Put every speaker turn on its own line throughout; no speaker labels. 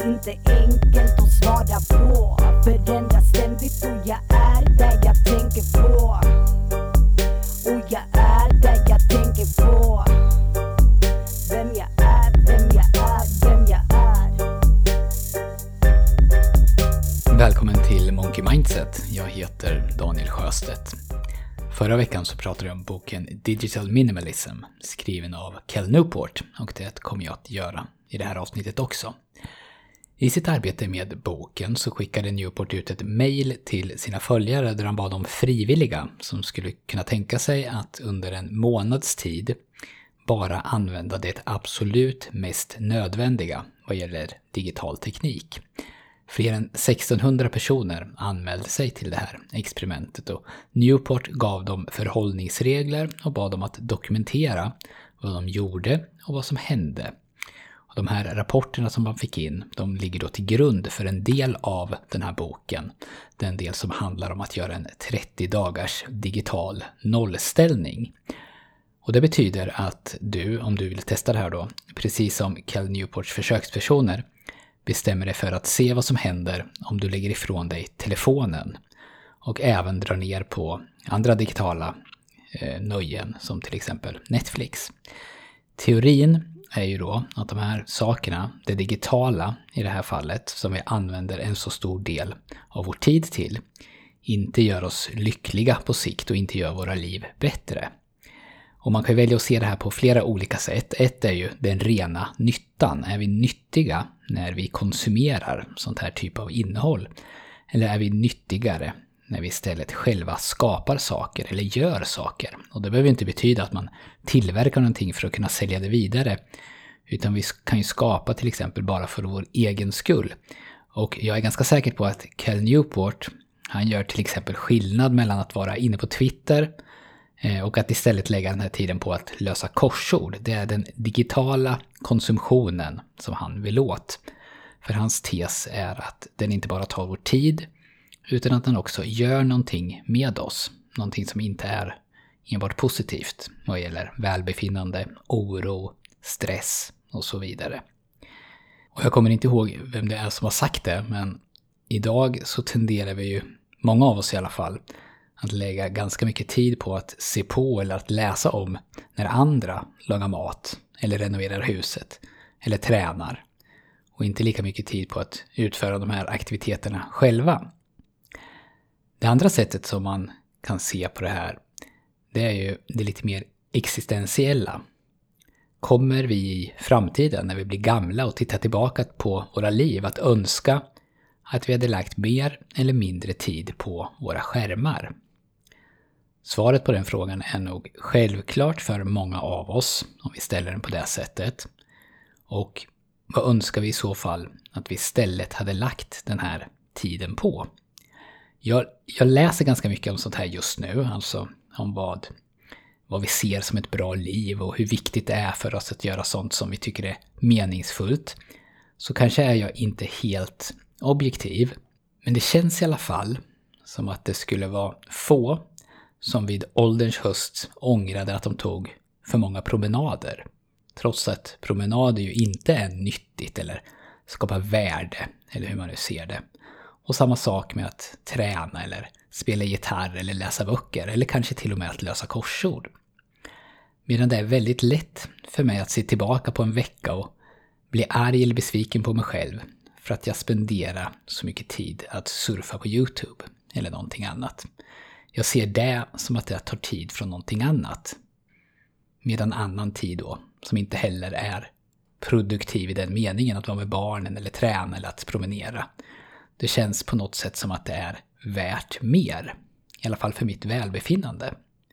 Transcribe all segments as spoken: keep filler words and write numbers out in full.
inte enkelt att svara på. Förändras ständigt och jag är där jag tänker på. Och jag är där jag tänker på. Vem jag är, vem jag är, vem jag är.
Välkommen till Monkey Mindset. Jag heter Daniel Sjöstedt. Förra veckan så pratade jag om boken Digital Minimalism skriven av Cal Newport, och det kommer jag att göra i det här avsnittet också. I sitt arbete med boken så skickade Newport ut ett mejl till sina följare där han bad om frivilliga som skulle kunna tänka sig att under en månads tid bara använda det absolut mest nödvändiga vad gäller digital teknik. Fler än sextonhundra personer anmälde sig till det här experimentet och Newport gav dem förhållningsregler och bad dem att dokumentera vad de gjorde och vad som hände. Och de här rapporterna som man fick in, de ligger då till grund för en del av den här boken. Den del som handlar om att göra en trettio dagars digital nollställning. Och det betyder att du, om du vill testa det här då, precis som Cal Newports försökspersoner, bestämmer dig för att se vad som händer om du lägger ifrån dig telefonen och även drar ner på andra digitala eh, nöjen som till exempel Netflix. Teorin är ju då att de här sakerna, det digitala i det här fallet, som vi använder en så stor del av vår tid till, inte gör oss lyckliga på sikt och inte gör våra liv bättre. Och man kan välja att se det här på flera olika sätt. Ett är ju den rena nyttan. Är vi nyttiga när vi konsumerar sånt här typ av innehåll? Eller är vi nyttigare när vi istället själva skapar saker eller gör saker? Och det behöver inte betyda att man tillverkar någonting för att kunna sälja det vidare. Utan vi kan ju skapa till exempel bara för vår egen skull. Och jag är ganska säker på att Cal Newport, han gör till exempel skillnad mellan att vara inne på Twitter och att istället lägga den här tiden på att lösa korsord. Det är den digitala konsumtionen som han vill åt. För hans tes är att den inte bara tar vår tid utan att den också gör någonting med oss. Någonting som inte är enbart positivt vad gäller välbefinnande, oro, stress och så vidare. Och jag kommer inte ihåg vem det är som har sagt det, men idag så tenderar vi ju, många av oss i alla fall, att lägga ganska mycket tid på att se på eller att läsa om när andra lagar mat eller renoverar huset eller tränar. Och inte lika mycket tid på att utföra de här aktiviteterna själva. Det andra sättet som man kan se på det här, det är ju det lite mer existentiella. Kommer vi i framtiden när vi blir gamla och tittar tillbaka på våra liv att önska att vi hade lagt mer eller mindre tid på våra skärmar? Svaret på den frågan är nog självklart för många av oss om vi ställer den på det sättet. Och vad önskar vi i så fall att vi istället hade lagt den här tiden på? Jag, jag läser ganska mycket om sånt här just nu, alltså om vad, vad vi ser som ett bra liv och hur viktigt det är för oss att göra sånt som vi tycker är meningsfullt. Så kanske är jag inte helt objektiv, men det känns i alla fall som att det skulle vara få som vid ålderns höst ångrade att de tog för många promenader. Trots att promenader ju inte är nyttigt eller skapar värde, eller hur man nu ser det. Och samma sak med att träna eller spela gitarr eller läsa böcker eller kanske till och med att lösa korsord. Medan det är väldigt lätt för mig att se tillbaka på en vecka och bli arg eller besviken på mig själv för att jag spenderar så mycket tid att surfa på YouTube eller någonting annat. Jag ser det som att det tar tid från någonting annat. Medan annan tid då, som inte heller är produktiv i den meningen att vara med barnen eller träna eller att promenera. Det känns på något sätt som att det är värt mer. I alla fall för mitt välbefinnande.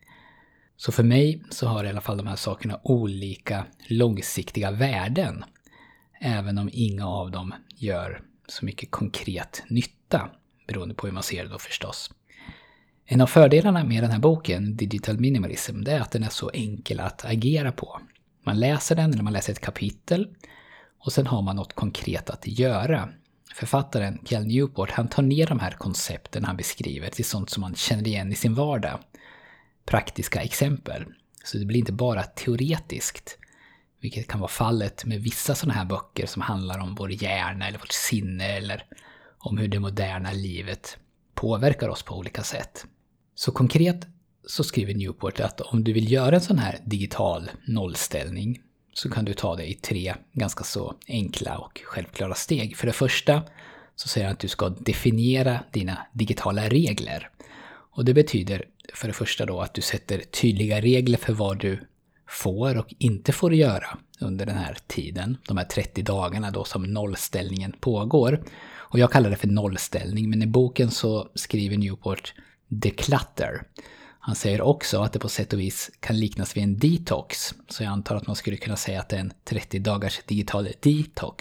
Så för mig så har i alla fall de här sakerna olika långsiktiga värden. Även om inga av dem gör så mycket konkret nytta. Beroende på hur man ser det då förstås. En av fördelarna med den här boken, Digital Minimalism, det är att den är så enkel att agera på. Man läser den eller man läser ett kapitel och sen har man något konkret att göra. Författaren Cal Newport, han tar ner de här koncepten han beskriver till sånt som man känner igen i sin vardag. Praktiska exempel. Så det blir inte bara teoretiskt vilket kan vara fallet med vissa sådana här böcker som handlar om vår hjärna eller vårt sinne eller om hur det moderna livet påverkar oss på olika sätt. Så konkret så skriver Newport att om du vill göra en sån här digital nollställning så kan du ta det i tre ganska så enkla och självklara steg. För det första så säger han att du ska definiera dina digitala regler. Och det betyder för det första då att du sätter tydliga regler för vad du får och inte får göra under den här tiden. De här trettio dagarna då som nollställningen pågår. Och jag kallar det för nollställning, men i boken så skriver Newport declutter. Han säger också att det på sätt och vis kan liknas vid en detox. Så jag antar att man skulle kunna säga att det är en trettio dagars digital detox.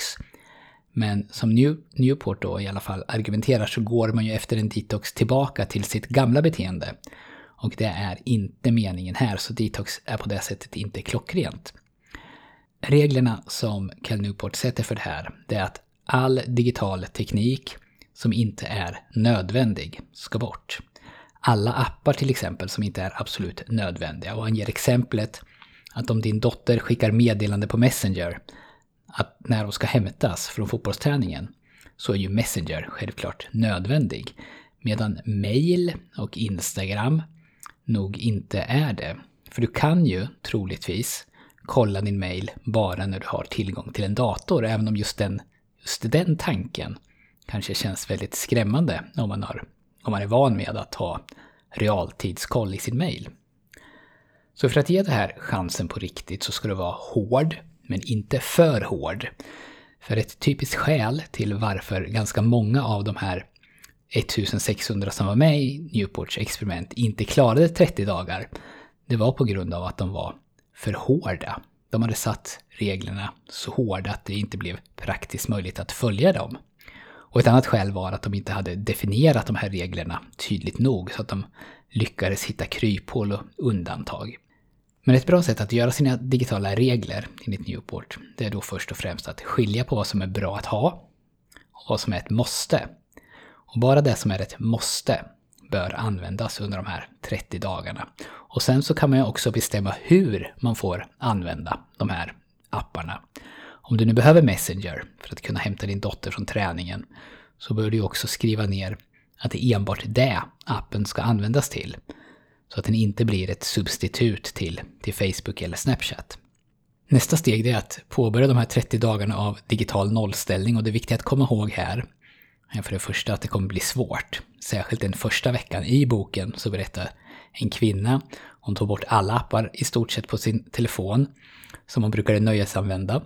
Men som New, Newport då i alla fall argumenterar så går man ju efter en detox tillbaka till sitt gamla beteende. Och det är inte meningen här, så detox är på det sättet inte klockrent. Reglerna som Cal Newport sätter för det här, det är att all digital teknik som inte är nödvändig ska bort. Alla appar till exempel som inte är absolut nödvändiga. Och han ger exemplet att om din dotter skickar meddelande på Messenger att när de ska hämtas från fotbollsträningen så är ju Messenger självklart nödvändig. Medan mail och Instagram nog inte är det. För du kan ju troligtvis kolla din mail bara när du har tillgång till en dator. Även om just den, just den tanken kanske känns väldigt skrämmande om man, har, om man är van med att ha realtidskoll i sin mail. Så för att ge det här chansen på riktigt så ska det vara hård, men inte för hård. För ett typiskt skäl till varför ganska många av de här sextonhundra som var med i Newports experiment inte klarade trettio dagar, det var på grund av att de var för hårda. De hade satt reglerna så hårda att det inte blev praktiskt möjligt att följa dem. Och ett annat skäl var att de inte hade definierat de här reglerna tydligt nog så att de lyckades hitta kryphål och undantag. Men ett bra sätt att göra sina digitala regler enligt Newport, det är då först och främst att skilja på vad som är bra att ha och vad som är ett måste. Och bara det som är ett måste bör användas under de här trettio dagarna. Och sen så kan man ju också bestämma hur man får använda de här apparna. Om du nu behöver Messenger för att kunna hämta din dotter från träningen så bör du också skriva ner att det är enbart det appen ska användas till. Så att den inte blir ett substitut till, till Facebook eller Snapchat. Nästa steg är att påbörja de här trettio dagarna av digital nollställning. Och det är viktigt att komma ihåg här är för det första att det kommer bli svårt. Särskilt den första veckan i boken så berättar en kvinna. Hon tog bort alla appar i stort sett på sin telefon som hon brukade nöjesanvända.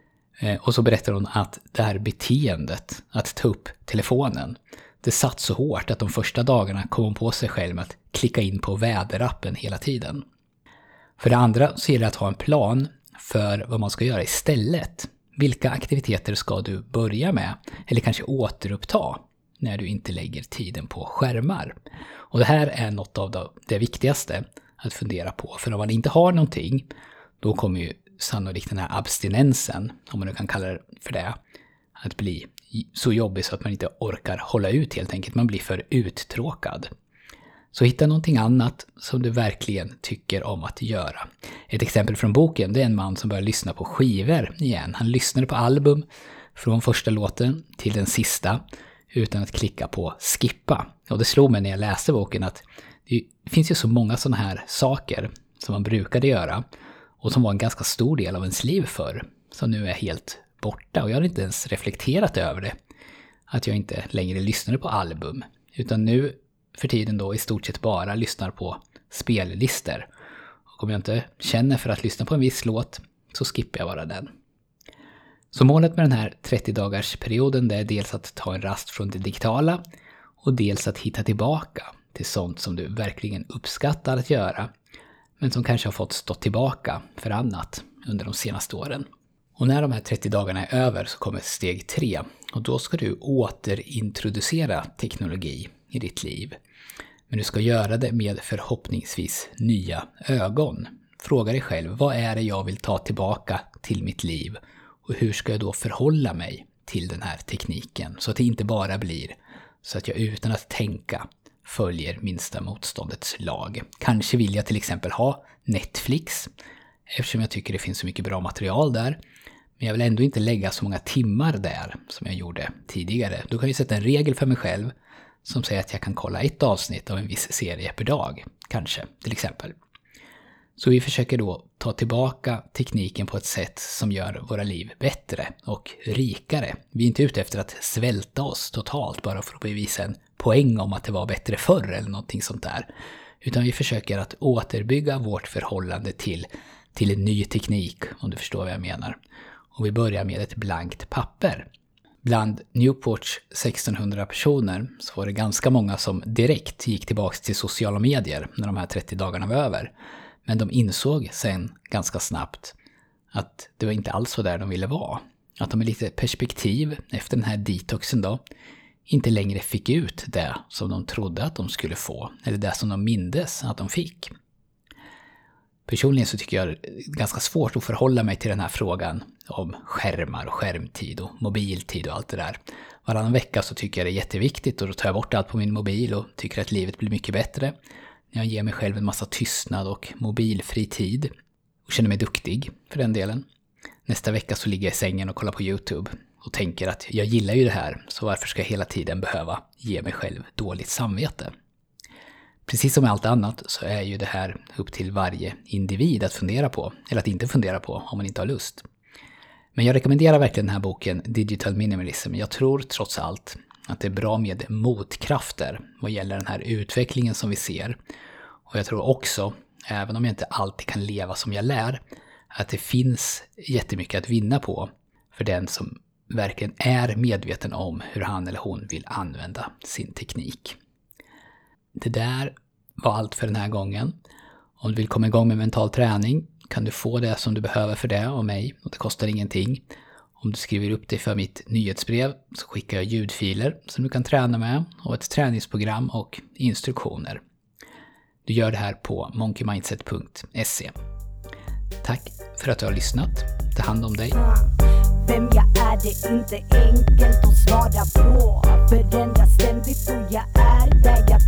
Och så berättar hon att det här beteendet att ta upp telefonen, det satt så hårt att de första dagarna kom hon på sig själv med att klicka in på väderappen hela tiden. För det andra så är det att ha en plan för vad man ska göra istället. Vilka aktiviteter ska du börja med eller kanske återuppta när du inte lägger tiden på skärmar? Och det här är något av det viktigaste att fundera på. För om man inte har någonting, då kommer ju sannolikt den här abstinensen, om man nu kan kalla det för det, att bli så jobbig så att man inte orkar hålla ut helt enkelt. Man blir för uttråkad. Så hitta någonting annat som du verkligen tycker om att göra. Ett exempel från boken, det är en man som börjar lyssna på skivor igen. Han lyssnade på album från första låten till den sista utan att klicka på skippa. Och det slog mig när jag läste boken att det finns ju så många sådana här saker som man brukade göra och som var en ganska stor del av ens liv förr, som nu är helt borta. Och jag har inte ens reflekterat över det, att jag inte längre lyssnade på album, utan nu för tiden då i stort sett bara lyssnar på spellistor. Och om jag inte känner för att lyssna på en viss låt så skippar jag bara den. Så målet med den här trettio dagars perioden, det är dels att ta en rast från det digitala och dels att hitta tillbaka till sånt som du verkligen uppskattar att göra, men som kanske har fått stå tillbaka för annat under de senaste åren. Och när de här trettio dagarna är över så kommer steg tre, och då ska du återintroducera teknologi i ditt liv. Men du ska göra det med förhoppningsvis nya ögon. Fråga dig själv, vad är det jag vill ta tillbaka till mitt liv? Och hur ska jag då förhålla mig till den här tekniken? Så att det inte bara blir så att jag utan att tänka följer minsta motståndets lag. Kanske vill jag till exempel ha Netflix eftersom jag tycker det finns så mycket bra material där. Men jag vill ändå inte lägga så många timmar där som jag gjorde tidigare. Då kan jag sätta en regel för mig själv som säger att jag kan kolla ett avsnitt av en viss serie per dag, kanske, till exempel. Så vi försöker då ta tillbaka tekniken på ett sätt som gör våra liv bättre och rikare. Vi är inte ute efter att svälta oss totalt bara för att bevisa en poäng om att det var bättre förr eller någonting sånt där. Utan vi försöker att återbygga vårt förhållande till, till en ny teknik, om du förstår vad jag menar. Och vi börjar med ett blankt papper. Bland Newports sextonhundra personer så var det ganska många som direkt gick tillbaka till sociala medier när de här trettio dagarna var över. Men de insåg sen ganska snabbt att det var inte alls så där de ville vara. Att de med lite perspektiv efter den här detoxen då inte längre fick ut det som de trodde att de skulle få. Eller det som de mindes att de fick. Personligen så tycker jag det är ganska svårt att förhålla mig till den här frågan om skärmar och skärmtid och mobiltid och allt det där. Varannan vecka så tycker jag det är jätteviktigt och då tar jag bort allt på min mobil och tycker att livet blir mycket bättre. Jag ger mig själv en massa tystnad och mobilfri tid och känner mig duktig för den delen. Nästa vecka så ligger jag i sängen och kollar på YouTube och tänker att jag gillar ju det här, så varför ska jag hela tiden behöva ge mig själv dåligt samvete? Precis som med allt annat så är ju det här upp till varje individ att fundera på, eller att inte fundera på om man inte har lust. Men jag rekommenderar verkligen den här boken Digital Minimalism. Jag tror trots allt att det är bra med motkrafter vad gäller den här utvecklingen som vi ser. Och jag tror också, även om jag inte alltid kan leva som jag lär, att det finns jättemycket att vinna på för den som verkligen är medveten om hur han eller hon vill använda sin teknik. Det där var allt för den här gången. Om du vill komma igång med mental träning kan du få det som du behöver för det av mig och det kostar ingenting. Om du skriver upp dig för mitt nyhetsbrev så skickar jag ljudfiler som du kan träna med och ett träningsprogram och instruktioner. Du gör det här på monkey mindset punkt se. Tack för att du har lyssnat. Ta hand om dig.
Vem jag är det inte enkelt att svara på. Förändras ständigt och jag är där jag